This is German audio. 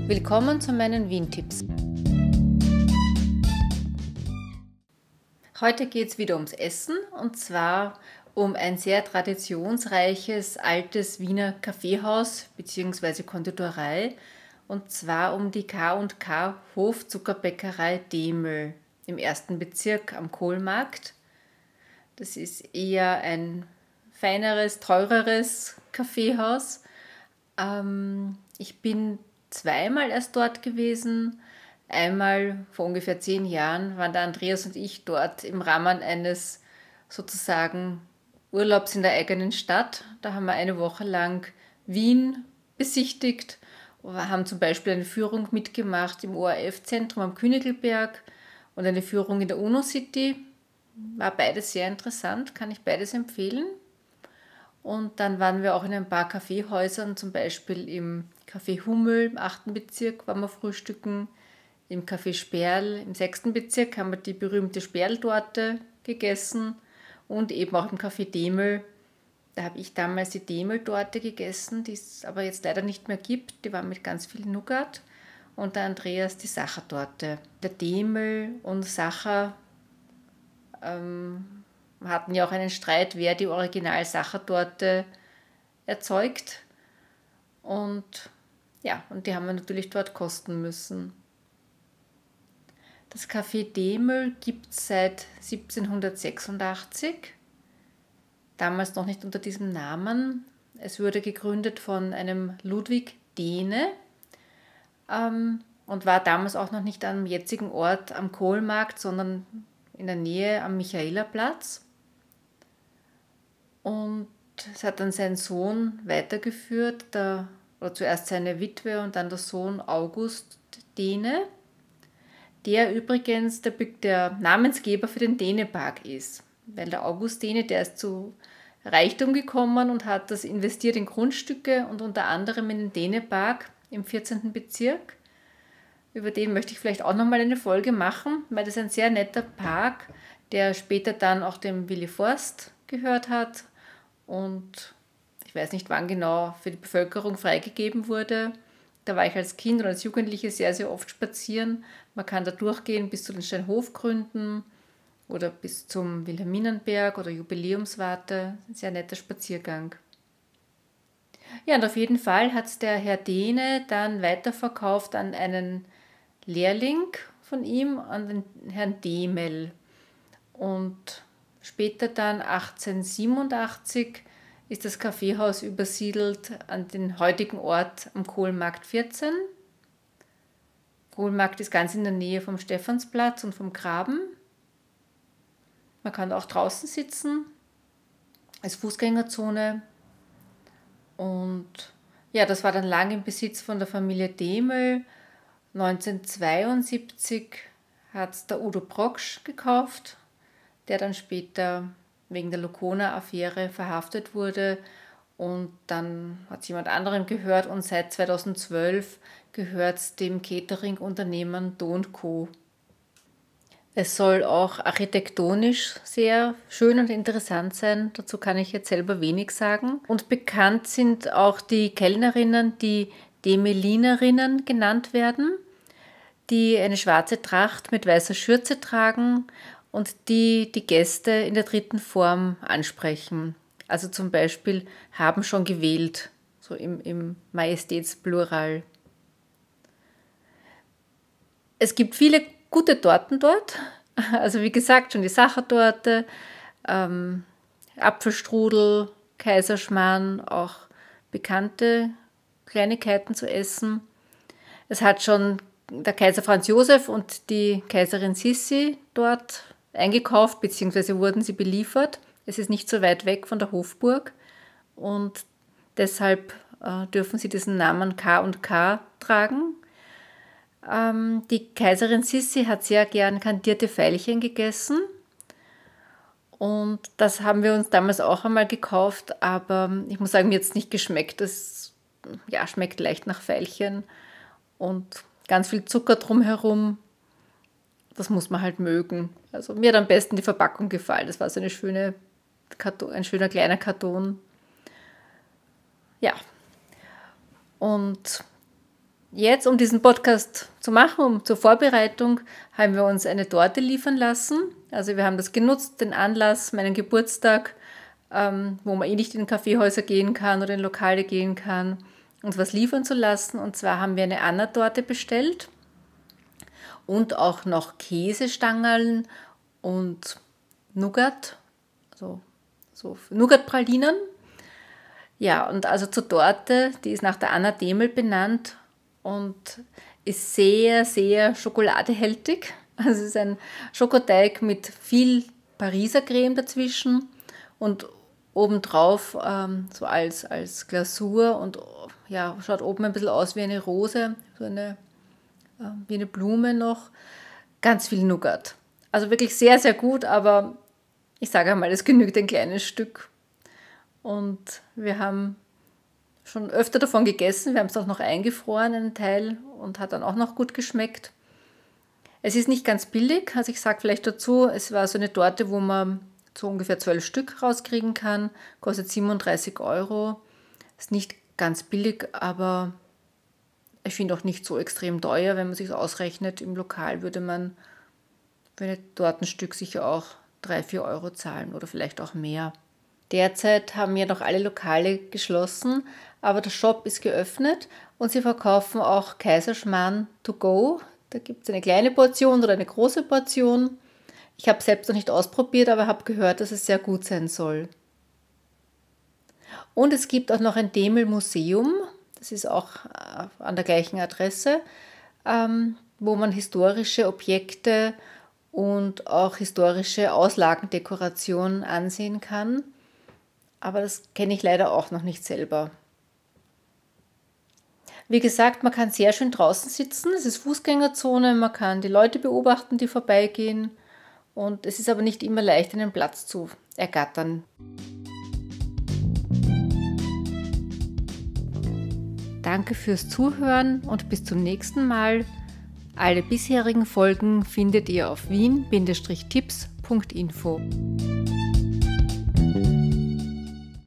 Willkommen zu meinen Wien-Tipps. Heute geht es wieder ums Essen und zwar um ein sehr traditionsreiches, altes Wiener Kaffeehaus bzw. Konditorei und zwar um die K&K Hofzuckerbäckerei Demel im 1. Bezirk am Kohlmarkt. Das ist eher ein feineres, teureres Kaffeehaus. Ich bin zweimal erst dort gewesen. Einmal vor ungefähr 10 Jahren waren der Andreas und ich dort im Rahmen eines sozusagen Urlaubs in der eigenen Stadt. Da haben wir eine Woche lang Wien besichtigt. Wir haben zum Beispiel eine Führung mitgemacht im ORF-Zentrum am Königlberg und eine Führung in der UNO-City. War beides sehr interessant, kann ich beides empfehlen. Und dann waren wir auch in ein paar Kaffeehäusern, zum Beispiel im Café Hummel im 8. Bezirk waren wir frühstücken, im Café Sperl im 6. Bezirk haben wir die berühmte Sperltorte gegessen und eben auch im Café Demel. Da habe ich damals die Demel-Torte gegessen, die es aber jetzt leider nicht mehr gibt. Die war mit ganz viel Nougat und der Andreas die Sachertorte. Der Demel und Sacher hatten ja auch einen Streit, wer die Original-Sachertorte erzeugt. Und die haben wir natürlich dort kosten müssen. Das Café Demel gibt es seit 1786, damals noch nicht unter diesem Namen. Es wurde gegründet von einem Ludwig Dehne und war damals auch noch nicht am jetzigen Ort am Kohlmarkt, sondern in der Nähe am Michaelerplatz. Und es hat dann sein Sohn weitergeführt, oder zuerst seine Witwe und dann der Sohn August Dehne, der übrigens der Namensgeber für den Dehne-Park ist. Weil der August Dehne, der ist zu Reichtum gekommen und hat das investiert in Grundstücke und unter anderem in den Dehne-Park im 14. Bezirk. Über den möchte ich vielleicht auch nochmal eine Folge machen, weil das ist ein sehr netter Park, der später dann auch dem Willi Forst gehört hat und ich weiß nicht, wann genau für die Bevölkerung freigegeben wurde. Da war ich als Kind und als Jugendliche sehr, sehr oft spazieren. Man kann da durchgehen bis zu den Steinhofgründen oder bis zum Wilhelminenberg oder Jubiläumswarte. Ein sehr netter Spaziergang. Ja, und auf jeden Fall hat es der Herr Dehne dann weiterverkauft an einen Lehrling von ihm, an den Herrn Demel. Und später dann 1887 ist das Kaffeehaus übersiedelt an den heutigen Ort am Kohlmarkt 14. Kohlmarkt ist ganz in der Nähe vom Stephansplatz und vom Graben. Man kann auch draußen sitzen, als Fußgängerzone. Und ja, das war dann lange im Besitz von der Familie Demel. 1972 hat es der Udo Proksch gekauft, der dann später wegen der Lokona-Affäre verhaftet wurde und dann hat es jemand anderem gehört und seit 2012 gehört es dem Catering-Unternehmen Do & Co. Es soll auch architektonisch sehr schön und interessant sein, dazu kann ich jetzt selber wenig sagen. Und bekannt sind auch die Kellnerinnen, die Demelinerinnen genannt werden, die eine schwarze Tracht mit weißer Schürze tragen und die Gäste in der 3. Form ansprechen. Also zum Beispiel haben schon gewählt, so im Majestätsplural. Es gibt viele gute Torten dort. Also wie gesagt, schon die Sachertorte, Apfelstrudel, Kaiserschmarrn, auch bekannte Kleinigkeiten zu essen. Es hat schon der Kaiser Franz Josef und die Kaiserin Sissi dort eingekauft, beziehungsweise wurden sie beliefert. Es ist nicht so weit weg von der Hofburg und deshalb dürfen sie diesen Namen K&K tragen. Die Kaiserin Sissi hat sehr gern kandierte Veilchen gegessen und das haben wir uns damals auch einmal gekauft, aber ich muss sagen, mir hat es nicht geschmeckt. Das schmeckt leicht nach Veilchen und ganz viel Zucker drumherum. Das muss man halt mögen. Also mir hat am besten die Verpackung gefallen. Das war so ein schöner kleiner Karton. Ja. Und Jetzt, um diesen Podcast zu machen, zur Vorbereitung, haben wir uns eine Torte liefern lassen. Also wir haben das genutzt, den Anlass, meinen Geburtstag, wo man nicht in Kaffeehäuser gehen kann oder in Lokale gehen kann, uns was liefern zu lassen. Und zwar haben wir eine Anna-Torte bestellt und auch noch Käsestangerln und Nougat, also so Nougat-Pralinen. Ja, und also zur Torte, die ist nach der Anna Demel benannt und ist sehr, sehr schokoladehältig. Also es ist ein Schokoteig mit viel Pariser Creme dazwischen und obendrauf so als Glasur und ja, schaut oben ein bisschen aus wie eine Rose, wie eine Blume noch. Ganz viel Nougat. Also wirklich sehr, sehr gut, aber ich sage einmal, es genügt ein kleines Stück. Und wir haben schon öfter davon gegessen. Wir haben es auch noch eingefroren, einen Teil, und hat dann auch noch gut geschmeckt. Es ist nicht ganz billig, also ich sage vielleicht dazu, es war so eine Torte, wo man so ungefähr 12 Stück rauskriegen kann, kostet 37 Euro. Ist nicht ganz billig, aber ich finde auch nicht so extrem teuer. Wenn man sich ausrechnet, im Lokal würde man für ein Tortenstück sicher auch 3-4 Euro zahlen oder vielleicht auch mehr. Derzeit haben ja noch alle Lokale geschlossen, aber der Shop ist geöffnet und sie verkaufen auch Kaiserschmarrn to go. Da gibt es eine kleine Portion oder eine große Portion. Ich habe es selbst noch nicht ausprobiert, aber habe gehört, dass es sehr gut sein soll. Und es gibt auch noch ein Demel-Museum, das ist auch an der gleichen Adresse, wo man historische Objekte und auch historische Auslagendekorationen ansehen kann. Aber das kenne ich leider auch noch nicht selber. Wie gesagt, man kann sehr schön draußen sitzen. Es ist Fußgängerzone, man kann die Leute beobachten, die vorbeigehen. Und es ist aber nicht immer leicht, einen Platz zu ergattern. Danke fürs Zuhören und bis zum nächsten Mal. Alle bisherigen Folgen findet ihr auf wien-tipps.info.